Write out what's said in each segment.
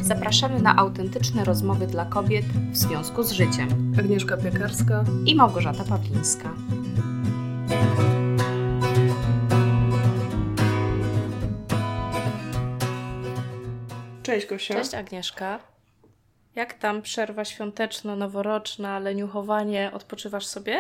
Zapraszamy na autentyczne rozmowy dla kobiet w związku z życiem. Agnieszka Piekarska i Małgorzata Pawlińska. Cześć Gosia. Cześć Agnieszka. Jak tam przerwa świąteczno-noworoczna, leniuchowanie? Odpoczywasz sobie?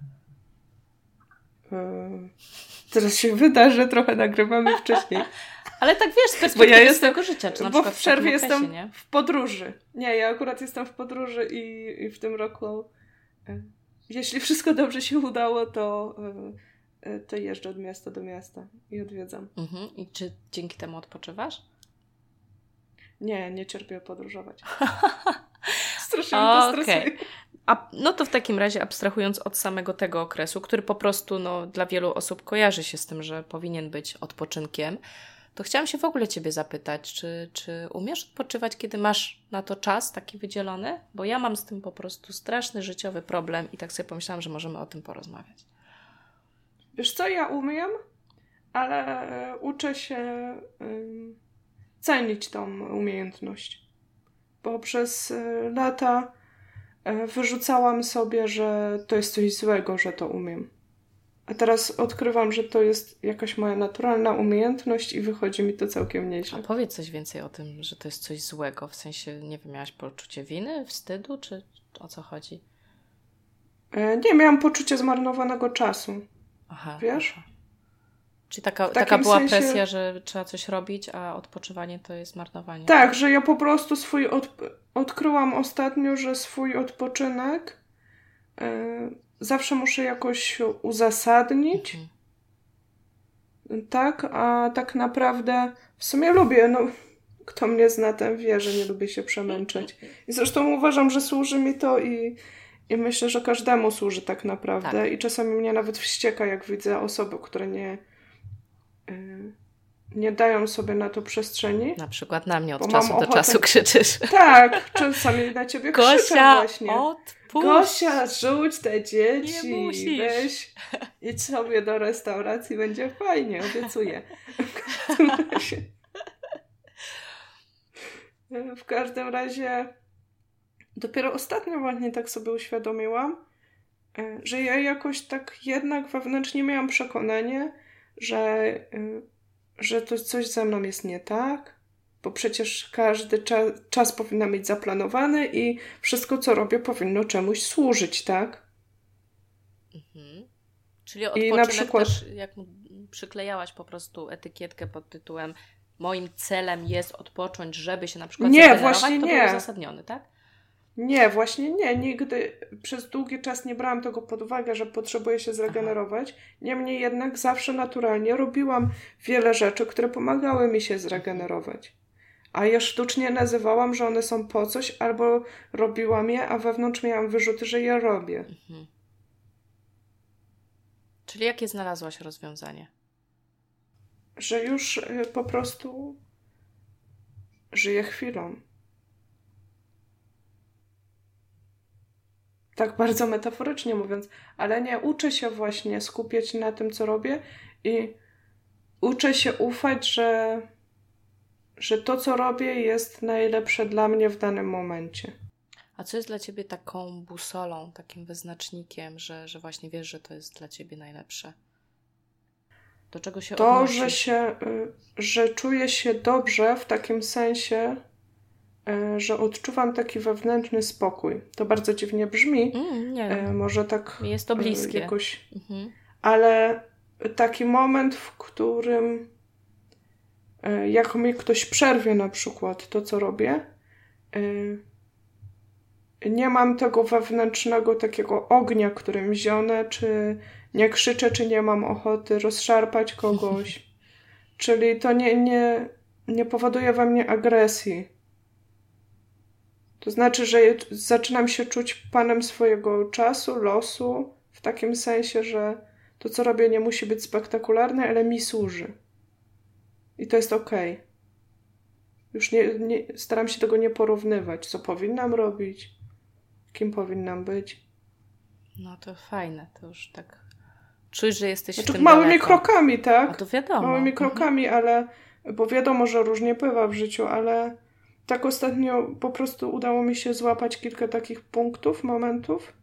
Teraz się wyda, że trochę nagrywamy wcześniej. Ale tak wiesz, z perspektywy swojego życia, czy na bo przykład w przerwie okresie, jestem nie? w podróży. Nie, ja akurat jestem w podróży i w tym roku, jeśli wszystko dobrze się udało, to jeżdżę od miasta do miasta i odwiedzam. I czy dzięki temu odpoczywasz? Nie cierpię podróżować. Strasznie mnie to stresuje. No to w takim razie, abstrahując od samego tego okresu, który po prostu dla wielu osób kojarzy się z tym, że powinien być odpoczynkiem, to chciałam się w ogóle Ciebie zapytać, czy umiesz odpoczywać, kiedy masz na to czas taki wydzielony? Bo ja mam z tym po prostu straszny życiowy problem i tak sobie pomyślałam, że możemy o tym porozmawiać. Wiesz co, ja umiem, ale uczę się cenić tą umiejętność. Bo przez lata wyrzucałam sobie, że to jest coś złego, że to umiem. A teraz odkrywam, że to jest jakaś moja naturalna umiejętność i wychodzi mi to całkiem nieźle. A powiedz coś więcej o tym, że to jest coś złego. W sensie, nie wiem, miałaś poczucie winy, wstydu, czy o co chodzi? Nie, miałam poczucie zmarnowanego czasu. Aha. Wiesz? Aha. Czyli taka była presja, że trzeba coś robić, a odpoczywanie to jest marnowanie. Tak, że ja po prostu odkryłam ostatnio, że swój odpoczynek zawsze muszę jakoś uzasadnić. Tak, a tak naprawdę w sumie lubię. Kto mnie zna, ten wie, że nie lubię się przemęczyć. I zresztą uważam, że służy mi to i myślę, że każdemu służy tak naprawdę. Tak. I czasami mnie nawet wścieka, jak widzę osoby, które nie dają sobie na to przestrzeni. Na przykład na mnie od czasu do czasu krzyczysz. Tak, czasami na ciebie krzyczę właśnie. Odpuść. Gosia, rzuć te dzieci. Nie musisz. Weź, idź sobie do restauracji, będzie fajnie, obiecuję. W każdym razie dopiero ostatnio właśnie tak sobie uświadomiłam, że ja jakoś tak jednak wewnętrznie miałam przekonanie, że to coś ze mną jest nie tak, bo przecież każdy czas powinien być zaplanowany i wszystko, co robię, powinno czemuś służyć, tak? Czyli odpoczynek przykład też, jak mu przyklejałaś po prostu etykietkę pod tytułem moim celem jest odpocząć, żeby się na przykład zregenerować, to był uzasadniony, tak? Nie, właśnie nie. Nigdy przez długi czas nie brałam tego pod uwagę, że potrzebuję się zregenerować. Niemniej jednak zawsze naturalnie robiłam wiele rzeczy, które pomagały mi się zregenerować. A ja sztucznie nazywałam, że one są po coś, albo robiłam je, a wewnątrz miałam wyrzuty, że je robię. Czyli jakie znalazłaś rozwiązanie? Że już po prostu żyję chwilą. Tak bardzo metaforycznie mówiąc, ale nie, uczę się właśnie skupiać na tym, co robię i uczę się ufać, że to, co robię, jest najlepsze dla mnie w danym momencie. A co jest dla Ciebie taką busolą, takim wyznacznikiem, że właśnie wiesz, że to jest dla Ciebie najlepsze? Do czego się odnosisz? Że czuję się dobrze w takim sensie, że odczuwam taki wewnętrzny spokój. To bardzo dziwnie brzmi. Może tak mi jest to bliskie. Jakoś, ale taki moment, w którym jak mi ktoś przerwie na przykład to, co robię, nie mam tego wewnętrznego takiego ognia, którym zionę, czy nie krzyczę, czy nie mam ochoty rozszarpać kogoś. Czyli to nie powoduje we mnie agresji. To znaczy, że zaczynam się czuć panem swojego czasu, losu, w takim sensie, że to, co robię, nie musi być spektakularne, ale mi służy. I to jest okej. Już staram się tego nie porównywać. Co powinnam robić? Kim powinnam być? No to fajne. To już tak czujesz, że jesteś w tym małymi daleko. krokami, tak? No to wiadomo. Małymi krokami, ale bo wiadomo, że różnie bywa w życiu, ale tak ostatnio po prostu udało mi się złapać kilka takich punktów, momentów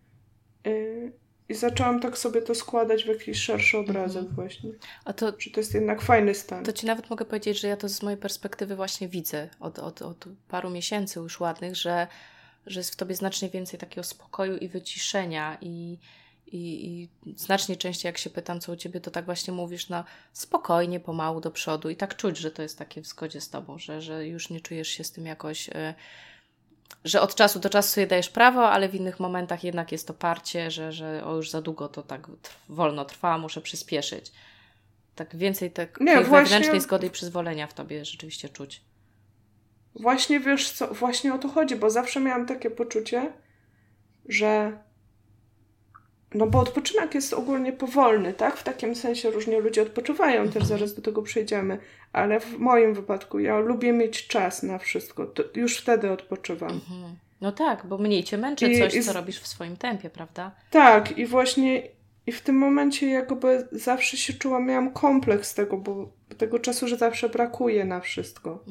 i zaczęłam tak sobie to składać w jakiś szerszy obrazek właśnie. A to, że to jest jednak fajny stan. To Ci nawet mogę powiedzieć, że ja to z mojej perspektywy właśnie widzę od paru miesięcy już ładnych, że jest w Tobie znacznie więcej takiego spokoju i wyciszenia i znacznie częściej jak się pytam, co u Ciebie, to tak właśnie mówisz, no spokojnie, pomału do przodu i tak czuć, że to jest takie w zgodzie z Tobą, że już nie czujesz się z tym jakoś, że od czasu do czasu sobie dajesz prawo, ale w innych momentach jednak jest to parcie, że już za długo to tak wolno trwa, muszę przyspieszyć. Tak więcej takiej wewnętrznej zgody i przyzwolenia w Tobie rzeczywiście czuć. Właśnie wiesz co, właśnie o to chodzi, bo zawsze miałam takie poczucie, że no bo odpoczynek jest ogólnie powolny, tak? W takim sensie różnie ludzie odpoczywają, też zaraz do tego przejdziemy, ale w moim wypadku ja lubię mieć czas na wszystko, to już wtedy odpoczywam. No tak, bo mniej Cię męczy coś, co robisz w swoim tempie, prawda? Tak, i właśnie i w tym momencie jakby zawsze się czułam, miałam kompleks tego, bo tego czasu, że zawsze brakuje na wszystko.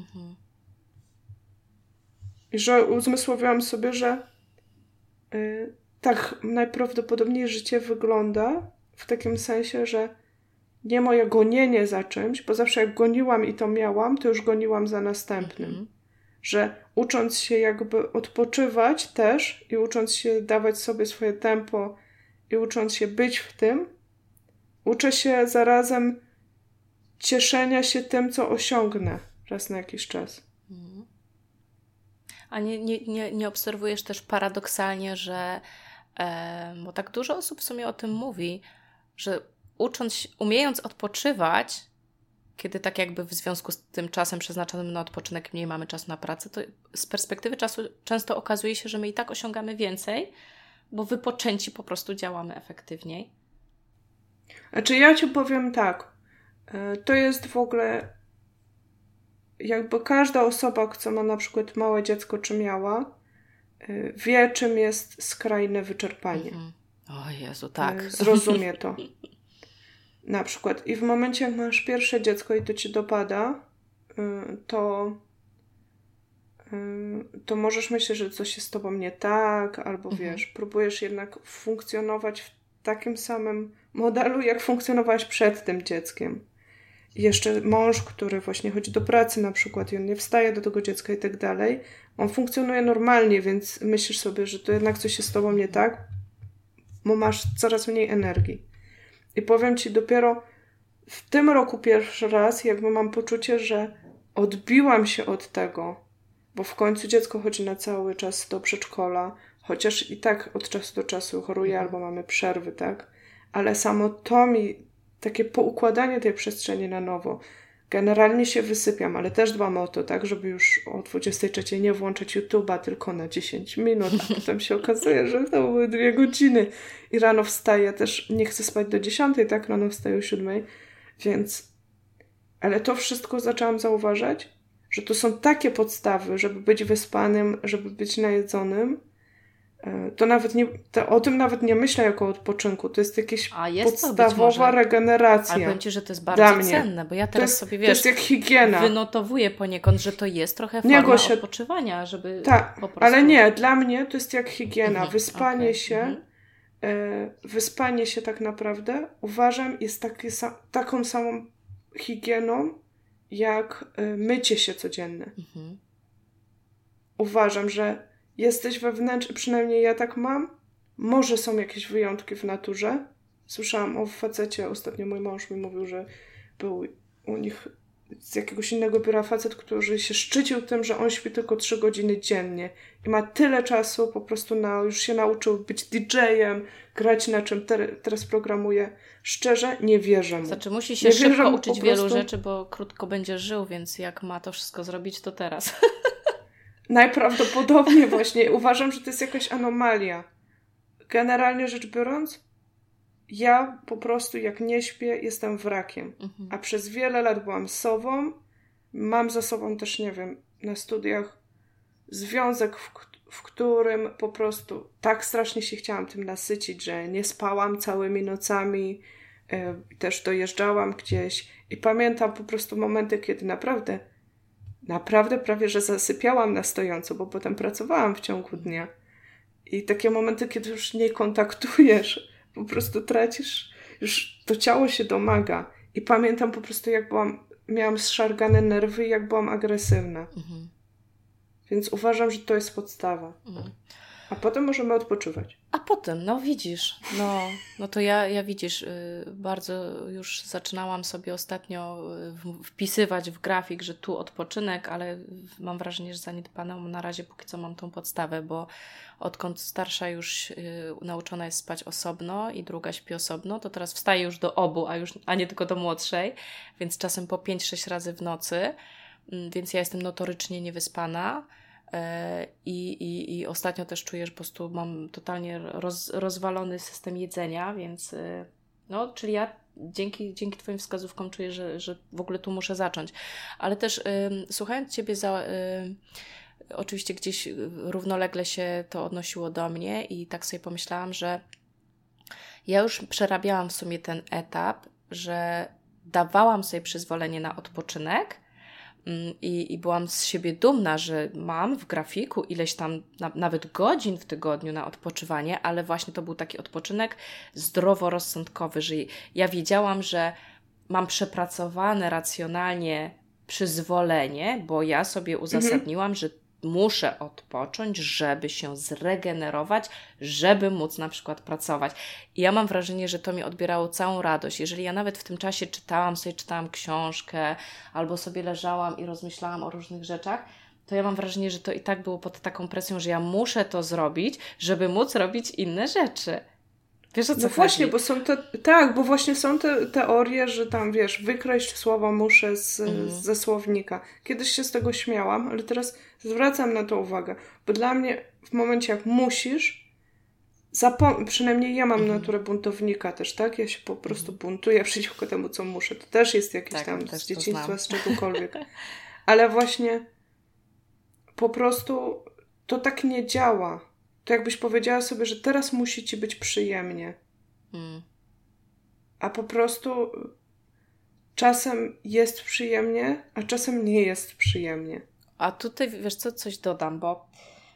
I że uzmysłowiłam sobie, że tak najprawdopodobniej życie wygląda w takim sensie, że nie moje gonienie za czymś, bo zawsze jak goniłam i to miałam, to już goniłam za następnym. Że ucząc się jakby odpoczywać też i ucząc się dawać sobie swoje tempo i ucząc się być w tym, uczę się zarazem cieszenia się tym, co osiągnę raz na jakiś czas. A nie obserwujesz też paradoksalnie, że bo tak dużo osób w sumie o tym mówi, że umiejąc odpoczywać, kiedy tak jakby w związku z tym czasem przeznaczonym na odpoczynek mniej mamy czasu na pracę, to z perspektywy czasu często okazuje się, że my i tak osiągamy więcej, bo wypoczęci po prostu działamy efektywniej. Znaczy ja Ci powiem tak, to jest w ogóle jakby każda osoba, co ma na przykład małe dziecko, czy miała, wie, czym jest skrajne wyczerpanie. O Jezu, tak. Zrozumie to. Na przykład. I w momencie, jak masz pierwsze dziecko i to Ci dopada, to możesz myśleć, że coś jest z Tobą nie tak, albo wiesz, próbujesz jednak funkcjonować w takim samym modelu, jak funkcjonowałaś przed tym dzieckiem. I jeszcze mąż, który właśnie chodzi do pracy na przykład i on nie wstaje do tego dziecka i tak dalej, on funkcjonuje normalnie, więc myślisz sobie, że to jednak coś jest z Tobą nie tak, bo masz coraz mniej energii. I powiem Ci, dopiero w tym roku pierwszy raz jakby mam poczucie, że odbiłam się od tego, bo w końcu dziecko chodzi na cały czas do przedszkola, chociaż i tak od czasu do czasu choruje albo mamy przerwy, tak? Ale samo to mi takie poukładanie tej przestrzeni na nowo. Generalnie się wysypiam, ale też dbam o to, tak, żeby już o 23 nie włączać YouTube'a tylko na 10 minut, a potem się okazuje, że to były 2 godziny i rano wstaję też, nie chcę spać do 10, tak, rano wstaję o 7, więc ale to wszystko zaczęłam zauważać, że to są takie podstawy, żeby być wyspanym, żeby być najedzonym. To nawet o tym nawet nie myślę jako o odpoczynku. To jest jakaś podstawowa regeneracja. Ale powiem Ci, że to jest bardzo cenne, bo ja teraz sobie, wiesz, to jest jak higiena. Wynotowuję poniekąd, że to jest trochę forma odpoczywania, żeby po prostu... Ale nie, dla mnie to jest jak higiena. Wyspanie się tak naprawdę uważam jest taką samą higieną jak mycie się codzienne. Uważam, że jesteś wewnętrznie, przynajmniej ja tak mam. Może są jakieś wyjątki w naturze. Słyszałam o facecie, ostatnio mój mąż mi mówił, że był u nich z jakiegoś innego biura facet, który się szczycił tym, że on śpi tylko 3 godziny dziennie i ma tyle czasu, po prostu już się nauczył być DJ-em, grać na czym teraz programuje. Szczerze, nie wierzę mu. Znaczy musi się szybko uczyć wielu rzeczy, bo krótko będzie żył, więc jak ma to wszystko zrobić, to teraz. Najprawdopodobniej właśnie. Uważam, że to jest jakaś anomalia. Generalnie rzecz biorąc, ja po prostu jak nie śpię, jestem wrakiem. A przez wiele lat byłam sową. Mam za sobą też, nie wiem, na studiach związek, w którym po prostu tak strasznie się chciałam tym nasycić, że nie spałam całymi nocami, też dojeżdżałam gdzieś i pamiętam po prostu momenty, kiedy naprawdę naprawdę prawie, że zasypiałam na stojąco, bo potem pracowałam w ciągu dnia. I takie momenty, kiedy już nie kontaktujesz, po prostu tracisz, już to ciało się domaga. I pamiętam po prostu, jak miałam zszargane nerwy i jak byłam agresywna. Mhm. Więc uważam, że to jest podstawa. Mhm. A potem możemy odpoczywać. A potem, no widzisz, no to ja widzisz, bardzo już zaczynałam sobie ostatnio wpisywać w grafik, że tu odpoczynek, ale mam wrażenie, że zaniedbano na razie póki co mam tą podstawę, bo odkąd starsza już nauczona jest spać osobno i druga śpi osobno, to teraz wstaje już do obu, a nie tylko do młodszej, więc czasem po 5-6 razy w nocy, więc ja jestem notorycznie niewyspana. I ostatnio też czuję, że po prostu mam totalnie rozwalony system jedzenia, więc czyli ja dzięki Twoim wskazówkom czuję, że w ogóle tu muszę zacząć. Ale też słuchając Ciebie oczywiście gdzieś równolegle się to odnosiło do mnie i tak sobie pomyślałam, że ja już przerabiałam w sumie ten etap, że dawałam sobie przyzwolenie na odpoczynek, i byłam z siebie dumna, że mam w grafiku ileś tam nawet godzin w tygodniu na odpoczywanie, ale właśnie to był taki odpoczynek zdroworozsądkowy, że ja wiedziałam, że mam przepracowane racjonalnie przyzwolenie, bo ja sobie uzasadniłam, że muszę odpocząć, żeby się zregenerować, żeby móc na przykład pracować. I ja mam wrażenie, że to mi odbierało całą radość. Jeżeli ja nawet w tym czasie czytałam książkę albo sobie leżałam i rozmyślałam o różnych rzeczach, to ja mam wrażenie, że to i tak było pod taką presją, że ja muszę to zrobić, żeby móc robić inne rzeczy. Wiesz, o co chodzi? Właśnie, bo bo właśnie są te teorie, że tam, wiesz, wykreśl słowo muszę ze słownika. Kiedyś się z tego śmiałam, ale teraz zwracam na to uwagę, bo dla mnie w momencie jak musisz, przynajmniej ja mam naturę buntownika też, tak? Ja się po prostu buntuję przeciwko temu, co muszę. To też jest jakieś tam z dzieciństwa, z czegokolwiek. Ale właśnie po prostu to tak nie działa. To jakbyś powiedziała sobie, że teraz musi ci być przyjemnie. A po prostu czasem jest przyjemnie, a czasem nie jest przyjemnie. A tutaj, wiesz co, coś dodam, bo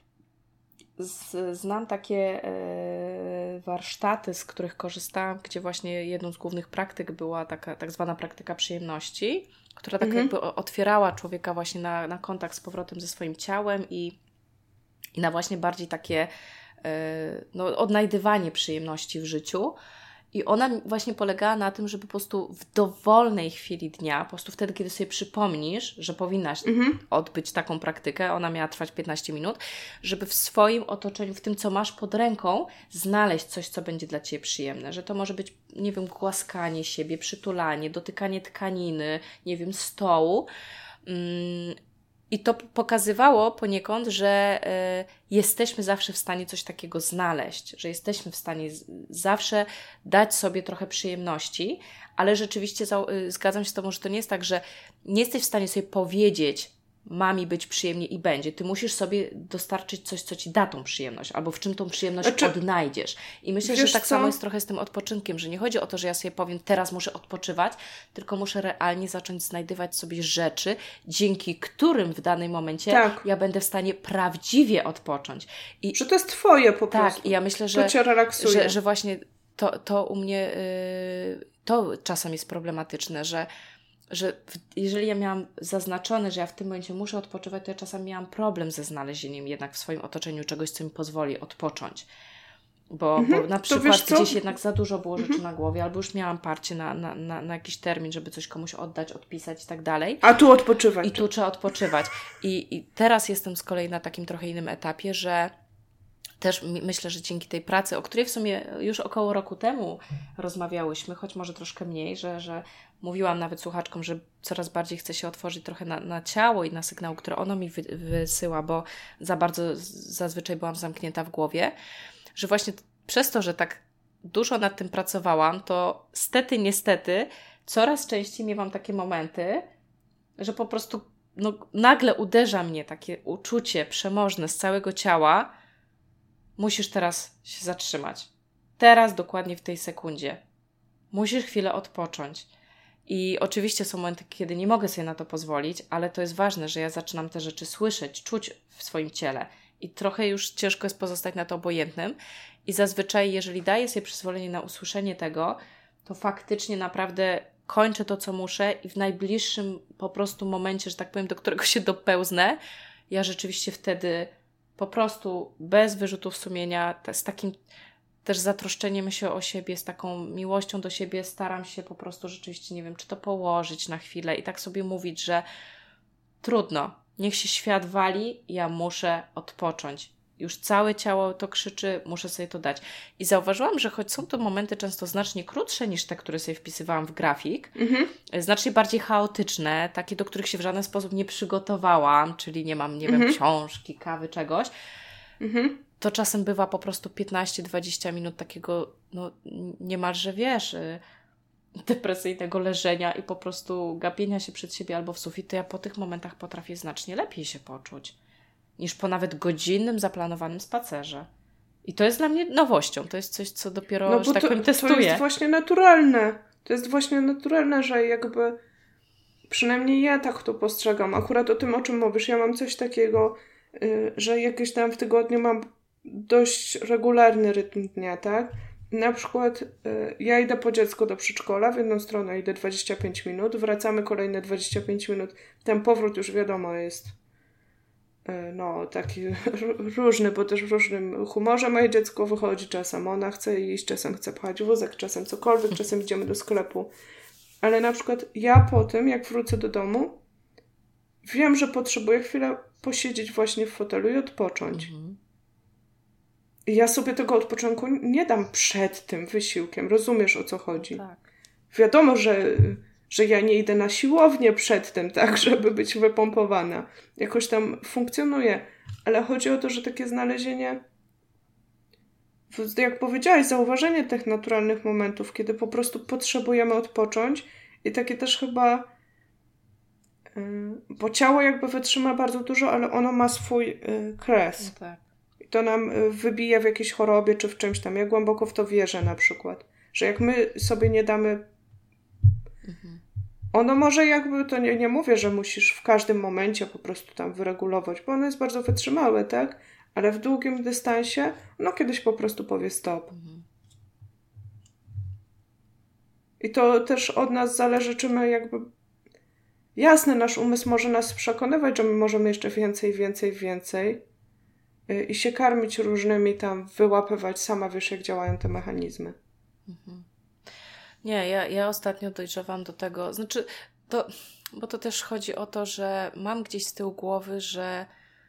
znam takie warsztaty, z których korzystałam, gdzie właśnie jedną z głównych praktyk była taka tak zwana praktyka przyjemności, która tak jakby otwierała człowieka właśnie na kontakt z powrotem ze swoim ciałem i na właśnie bardziej takie odnajdywanie przyjemności w życiu. I ona właśnie polegała na tym, żeby po prostu w dowolnej chwili dnia, po prostu wtedy, kiedy sobie przypomnisz, że powinnaś odbyć taką praktykę, ona miała trwać 15 minut, żeby w swoim otoczeniu, w tym, co masz pod ręką, znaleźć coś, co będzie dla Ciebie przyjemne. Że to może być, nie wiem, głaskanie siebie, przytulanie, dotykanie tkaniny, nie wiem, stołu. I to pokazywało poniekąd, że jesteśmy zawsze w stanie coś takiego znaleźć, że jesteśmy w stanie zawsze dać sobie trochę przyjemności, ale rzeczywiście zgadzam się z Tobą, że to nie jest tak, że nie jesteś w stanie sobie powiedzieć, ma mi być przyjemnie i będzie. Ty musisz sobie dostarczyć coś, co Ci da tą przyjemność, albo w czym tą przyjemność odnajdziesz. I myślę, że tak samo jest trochę z tym odpoczynkiem, że nie chodzi o to, że ja sobie powiem, teraz muszę odpoczywać, tylko muszę realnie zacząć znajdywać sobie rzeczy, dzięki którym w danym momencie ja będę w stanie prawdziwie odpocząć. Że to jest Twoje po prostu. Tak, i ja myślę, to Cię relaksuje. Że właśnie to u mnie to czasem jest problematyczne, że jeżeli ja miałam zaznaczone, że ja w tym momencie muszę odpoczywać, to ja czasami miałam problem ze znalezieniem jednak w swoim otoczeniu czegoś, co mi pozwoli odpocząć. Bo na przykład gdzieś jednak za dużo było rzeczy na głowie, albo już miałam parcie na jakiś termin, żeby coś komuś oddać, odpisać i tak dalej. A tu odpoczywać. I tu trzeba odpoczywać. I teraz jestem z kolei na takim trochę innym etapie, że też myślę, że dzięki tej pracy, o której w sumie już około roku temu rozmawiałyśmy, choć może troszkę mniej, że mówiłam nawet słuchaczkom, że coraz bardziej chcę się otworzyć trochę na ciało i na sygnały, które ono mi wysyła, bo za bardzo zazwyczaj byłam zamknięta w głowie, że właśnie przez to, że tak dużo nad tym pracowałam, to niestety coraz częściej miewam takie momenty, że po prostu nagle uderza mnie takie uczucie przemożne z całego ciała. Musisz teraz się zatrzymać. Teraz, dokładnie w tej sekundzie. Musisz chwilę odpocząć. I oczywiście są momenty, kiedy nie mogę sobie na to pozwolić, ale to jest ważne, że ja zaczynam te rzeczy słyszeć, czuć w swoim ciele. I trochę już ciężko jest pozostać na to obojętnym. I zazwyczaj, jeżeli daję sobie przyzwolenie na usłyszenie tego, to faktycznie naprawdę kończę to, co muszę i w najbliższym po prostu momencie, że tak powiem, do którego się dopełznę, ja rzeczywiście wtedy po prostu bez wyrzutów sumienia, z takim też zatroszczeniem się o siebie, z taką miłością do siebie staram się po prostu rzeczywiście, nie wiem, czy to położyć na chwilę i tak sobie mówić, że trudno, niech się świat wali, ja muszę odpocząć. Już całe ciało to krzyczy, muszę sobie to dać. I zauważyłam, że choć są to momenty często znacznie krótsze niż te, które sobie wpisywałam w grafik, znacznie bardziej chaotyczne, takie, do których się w żaden sposób nie przygotowałam, czyli nie mam, nie wiem, książki, kawy, czegoś, to czasem bywa po prostu 15-20 minut takiego, no niemalże, wiesz, depresyjnego leżenia i po prostu gapienia się przed siebie albo w sufit, to ja po tych momentach potrafię znacznie lepiej się poczuć niż po nawet godzinnym, zaplanowanym spacerze. I to jest dla mnie nowością. To jest coś, co dopiero, że tak powiem, testuję. To jest właśnie naturalne. To jest właśnie naturalne, że jakby przynajmniej ja tak to postrzegam. Akurat o tym, o czym mówisz. Ja mam coś takiego, że jakieś tam w tygodniu mam dość regularny rytm dnia, tak? Na przykład ja idę po dziecko do przedszkola, w jedną stronę idę 25 minut, wracamy kolejne 25 minut. Ten powrót już wiadomo jest taki różny, bo też w różnym humorze moje dziecko wychodzi, czasem ona chce iść, czasem chce pchać wózek, czasem cokolwiek, czasem idziemy do sklepu. Ale na przykład ja po tym, jak wrócę do domu, wiem, że potrzebuję chwilę posiedzieć właśnie w fotelu i odpocząć. I ja sobie tego odpoczynku nie dam przed tym wysiłkiem. Rozumiesz, o co chodzi? Tak. Wiadomo, że ja nie idę na siłownię przed tym, tak, żeby być wypompowana. Jakoś tam funkcjonuje. Ale chodzi o to, że takie znalezienie, jak powiedziałaś, zauważenie tych naturalnych momentów, kiedy po prostu potrzebujemy odpocząć i takie też chyba, bo ciało jakby wytrzyma bardzo dużo, ale ono ma swój kres. No tak. I to nam wybija w jakiejś chorobie czy w czymś tam. Ja głęboko w to wierzę na przykład, że jak my sobie nie damy ono może jakby, to nie mówię, że musisz w każdym momencie po prostu tam wyregulować, bo ono jest bardzo wytrzymałe, tak? Ale w długim dystansie, kiedyś po prostu powie stop. I to też od nas zależy, czy my jakby... Jasne, nasz umysł może nas przekonywać, że my możemy jeszcze więcej i się karmić różnymi tam, wyłapywać, sama wiesz, jak działają te mechanizmy. Nie, ja ostatnio dojrzewam do tego, bo to też chodzi o to, że mam gdzieś z tyłu głowy, że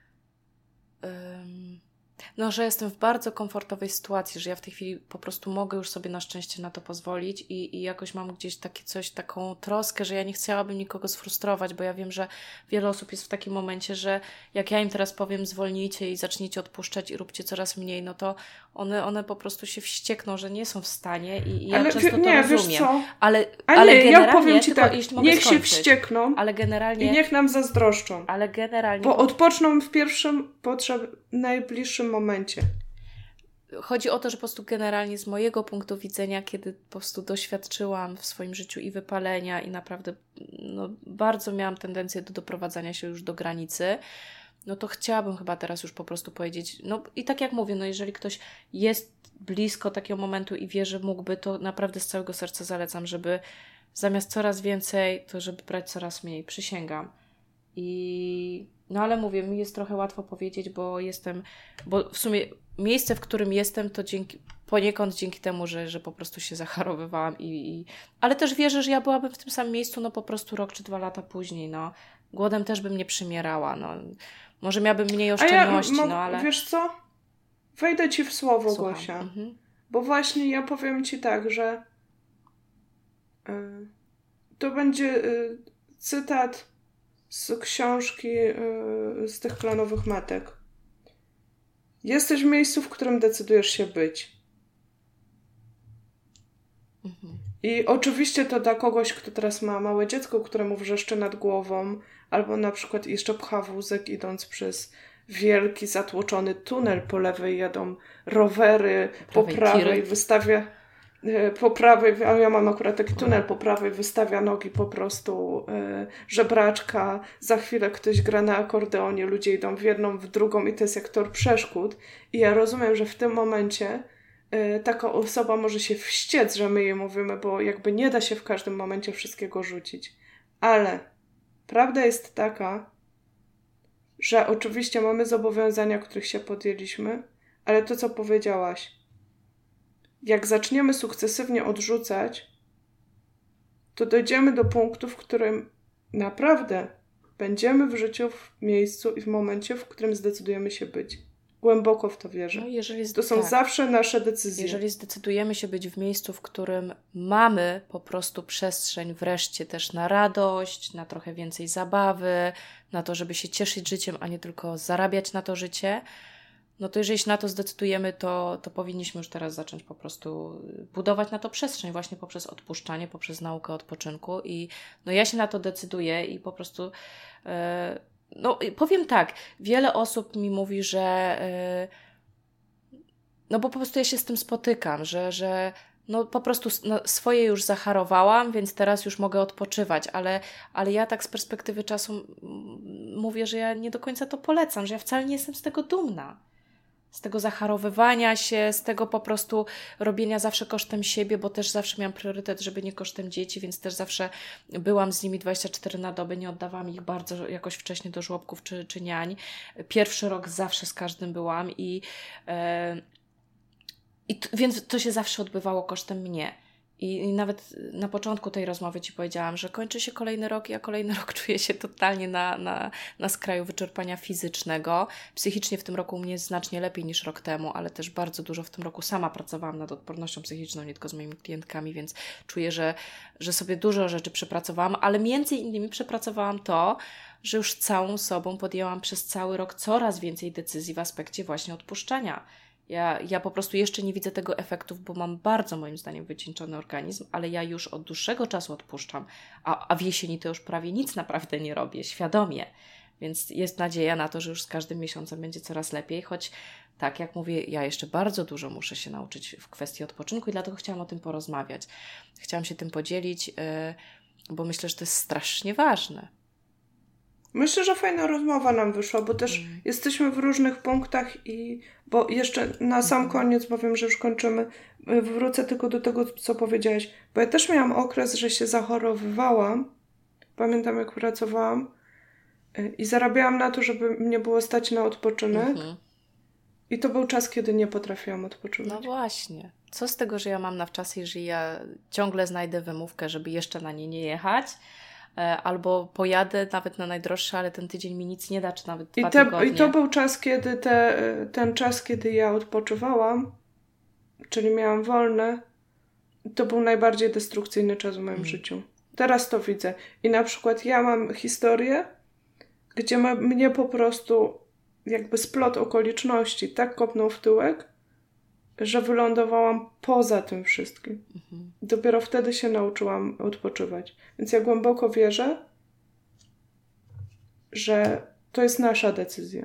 że jestem w bardzo komfortowej sytuacji, że ja w tej chwili po prostu mogę już sobie na szczęście na to pozwolić i jakoś mam gdzieś taką troskę, że ja nie chciałabym nikogo sfrustrować, bo ja wiem, że wiele osób jest w takim momencie, że jak ja im teraz powiem zwolnijcie i zacznijcie odpuszczać i róbcie coraz mniej, no to one po prostu się wściekną, że nie są w stanie i ja często to rozumiem. Wiesz co? Ale generalnie, ja powiem Ci tak, niech się skończyć, wściekną ale generalnie, i niech nam zazdroszczą. Ale generalnie... Bo odpoczną w pierwszym najbliższym momencie. Chodzi o to, że po prostu generalnie z mojego punktu widzenia, kiedy po prostu doświadczyłam w swoim życiu i wypalenia i naprawdę bardzo miałam tendencję do doprowadzania się już do granicy, to chciałabym chyba teraz już po prostu powiedzieć, i tak jak mówię, jeżeli ktoś jest blisko takiego momentu i wie, że mógłby, to naprawdę z całego serca zalecam, żeby zamiast coraz więcej, to żeby brać coraz mniej. Przysięgam. Ale mówię, mi jest trochę łatwo powiedzieć, bo w sumie miejsce, w którym jestem, to poniekąd dzięki temu, że po prostu się zacharowywałam ale też wierzę, że ja byłabym w tym samym miejscu, po prostu rok czy 2 lata później, Głodem też bym nie przymierała, Może miałabym mniej oszczędności, ale... Wiesz co? Wejdę Ci w słowo, Słucham. Gosia. Bo właśnie ja powiem Ci tak, że to będzie cytat z książki z tych klonowych matek. Jesteś w miejscu, w którym decydujesz się być. I oczywiście to dla kogoś, kto teraz ma małe dziecko, któremu wrzeszczy nad głową, albo na przykład jeszcze pcha wózek idąc przez wielki, zatłoczony tunel, po lewej jadą rowery, po prawej wystawia... po prawej, a ja mam akurat taki tunel, po prawej wystawia nogi po prostu żebraczka, za chwilę ktoś gra na akordeonie, ludzie idą w jedną, w drugą i to jest jak tor przeszkód. I ja rozumiem, że w tym momencie taka osoba może się wściec, że my jej mówimy, bo jakby nie da się w każdym momencie wszystkiego rzucić. Ale prawda jest taka, że oczywiście mamy zobowiązania, których się podjęliśmy, ale to, co powiedziałaś, jak zaczniemy sukcesywnie odrzucać, to dojdziemy do punktu, w którym naprawdę będziemy w życiu, w miejscu i w momencie, w którym zdecydujemy się być. Głęboko w to wierzę. To są zawsze nasze decyzje. Jeżeli zdecydujemy się być w miejscu, w którym mamy po prostu przestrzeń wreszcie też na radość, na trochę więcej zabawy, na to, żeby się cieszyć życiem, a nie tylko zarabiać na to życie, no to jeżeli się na to zdecydujemy, to powinniśmy już teraz zacząć po prostu budować na to przestrzeń właśnie poprzez odpuszczanie, poprzez naukę odpoczynku i no ja się na to decyduję i po prostu no powiem tak, wiele osób mi mówi, że no bo po prostu ja się z tym spotykam, że no po prostu swoje już zacharowałam, więc teraz już mogę odpoczywać, ale ja tak z perspektywy czasu mówię, że ja nie do końca to polecam, że ja wcale nie jestem z tego dumna. Z tego zacharowywania się, z tego po prostu robienia zawsze kosztem siebie, bo też zawsze miałam priorytet, żeby nie kosztem dzieci, więc też zawsze byłam z nimi 24 na dobę, nie oddawałam ich bardzo jakoś wcześnie do żłobków czy niań. Pierwszy rok zawsze z każdym byłam więc to się zawsze odbywało kosztem mnie. I nawet na początku tej rozmowy Ci powiedziałam, że kończy się kolejny rok i ja kolejny rok czuję się totalnie na skraju wyczerpania fizycznego. Psychicznie w tym roku u mnie jest znacznie lepiej niż rok temu, ale też bardzo dużo w tym roku sama pracowałam nad odpornością psychiczną, nie tylko z moimi klientkami, więc czuję, że sobie dużo rzeczy przepracowałam, ale między innymi przepracowałam to, że już całą sobą podjęłam przez cały rok coraz więcej decyzji w aspekcie właśnie odpuszczania. Ja po prostu jeszcze nie widzę tego efektów, bo mam bardzo moim zdaniem wycieńczony organizm, ale ja już od dłuższego czasu odpuszczam, a w jesieni to już prawie nic naprawdę nie robię, świadomie. Więc jest nadzieja na to, że już z każdym miesiącem będzie coraz lepiej, choć tak jak mówię, ja jeszcze bardzo dużo muszę się nauczyć w kwestii odpoczynku i dlatego chciałam o tym porozmawiać. Chciałam się tym podzielić, bo myślę, że to jest strasznie ważne. Myślę, że fajna rozmowa nam wyszła, bo też jesteśmy w różnych punktach bo jeszcze na sam koniec, bo wiem, że już kończymy, wrócę tylko do tego, co powiedziałaś, bo ja też miałam okres, że się zachorowywałam, pamiętam jak pracowałam i zarabiałam na to, żeby mnie było stać na odpoczynek i to był czas, kiedy nie potrafiłam odpoczywać. No właśnie. Co z tego, że ja mam na wczasy, że ja ciągle znajdę wymówkę, żeby jeszcze na nie nie jechać, albo pojadę nawet na najdroższe, ale ten tydzień mi nic nie da, czy nawet 2 tygodnie. I to był czas, kiedy ten czas, kiedy ja odpoczywałam, czyli miałam wolne, to był najbardziej destrukcyjny czas w moim życiu. Teraz to widzę. I na przykład ja mam historię, gdzie mnie po prostu jakby splot okoliczności tak kopnął w tyłek, że wylądowałam poza tym wszystkim. Dopiero wtedy się nauczyłam odpoczywać. Więc ja głęboko wierzę, że to jest nasza decyzja.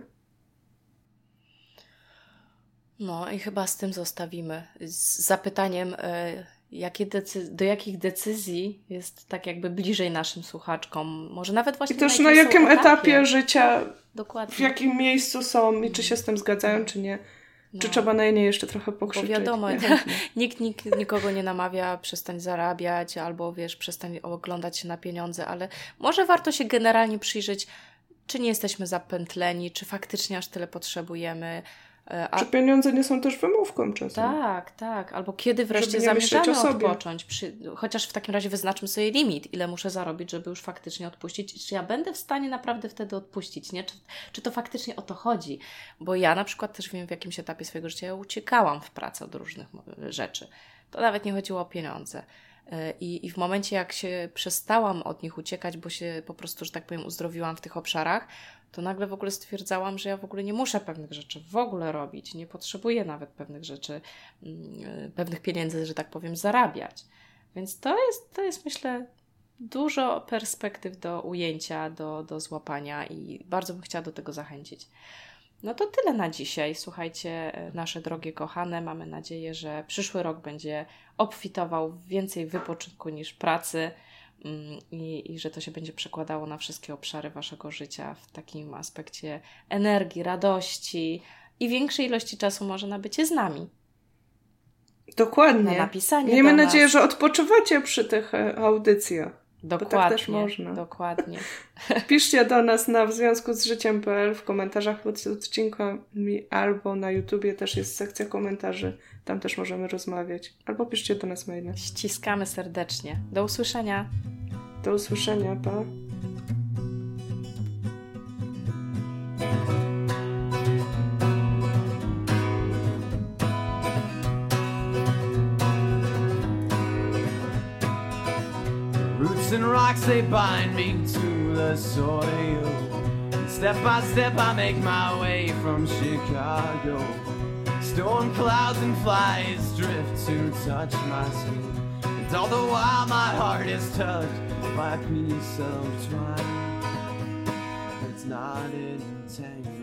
No i chyba z tym zostawimy. Z zapytaniem, do jakich decyzji jest tak jakby bliżej naszym słuchaczkom. Może nawet właśnie i też na jakim etapie życia, dokładnie, w jakim miejscu są i czy się z tym zgadzają, czy nie. No. Czy trzeba na nie jeszcze trochę pokrzyczeć? Bo wiadomo, nikt nikogo nie namawia, przestań zarabiać albo przestań oglądać się na pieniądze, ale może warto się generalnie przyjrzeć, czy nie jesteśmy zapętleni, czy faktycznie aż tyle potrzebujemy. Czy pieniądze nie są też wymówką czasem? Tak. Albo kiedy wreszcie zamierzamy odpocząć. Chociaż w takim razie wyznaczmy sobie limit, ile muszę zarobić, żeby już faktycznie odpuścić. Czy ja będę w stanie naprawdę wtedy odpuścić, nie? Czy to faktycznie o to chodzi? Bo ja na przykład też wiem, w jakimś etapie swojego życia ja uciekałam w pracę od różnych rzeczy. To nawet nie chodziło o pieniądze. I w momencie, jak się przestałam od nich uciekać, bo się po prostu, że tak powiem, uzdrowiłam w tych obszarach, to nagle w ogóle stwierdzałam, że ja w ogóle nie muszę pewnych rzeczy w ogóle robić, nie potrzebuję nawet pewnych rzeczy, pewnych pieniędzy, że tak powiem, zarabiać. Więc to jest myślę, dużo perspektyw do ujęcia, do złapania i bardzo bym chciała do tego zachęcić. No to tyle na dzisiaj. Słuchajcie, nasze drogie kochane, mamy nadzieję, że przyszły rok będzie obfitował w więcej wypoczynku niż pracy i że to się będzie przekładało na wszystkie obszary waszego życia w takim aspekcie energii, radości i większej ilości czasu może na bycie z nami. Dokładnie. Na napisanie Miejmy do nadzieję, nas. że odpoczywacie przy tych audycjach. Dokładnie, bo tak też można. Dokładnie. Piszcie do nas na wzwiązkuzżyciem.pl w komentarzach pod odcinkami albo na YouTubie też jest sekcja komentarzy. Tam też możemy rozmawiać. Albo piszcie do nas maile. Ściskamy serdecznie. Do usłyszenia. Do usłyszenia, pa. And rocks, they bind me to the soil. And step by step I make my way from Chicago. Storm clouds and flies drift to touch my skin. And all the while my heart is touched by a piece of twine. It's not entangled.